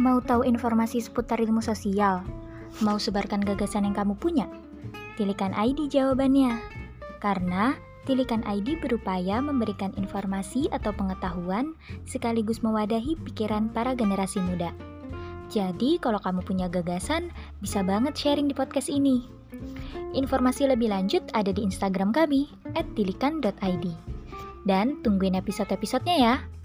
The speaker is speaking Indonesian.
Mau tahu informasi seputar ilmu sosial? Mau sebarkan gagasan yang kamu punya? Tilikan ID jawabannya. Karena Tilikan ID berupaya memberikan informasi atau pengetahuan sekaligus mewadahi pikiran para generasi muda. Jadi kalau kamu punya gagasan, bisa banget sharing di podcast ini. Informasi lebih lanjut ada di Instagram kami @tilikan.id. Dan tungguin episode-episodenya ya.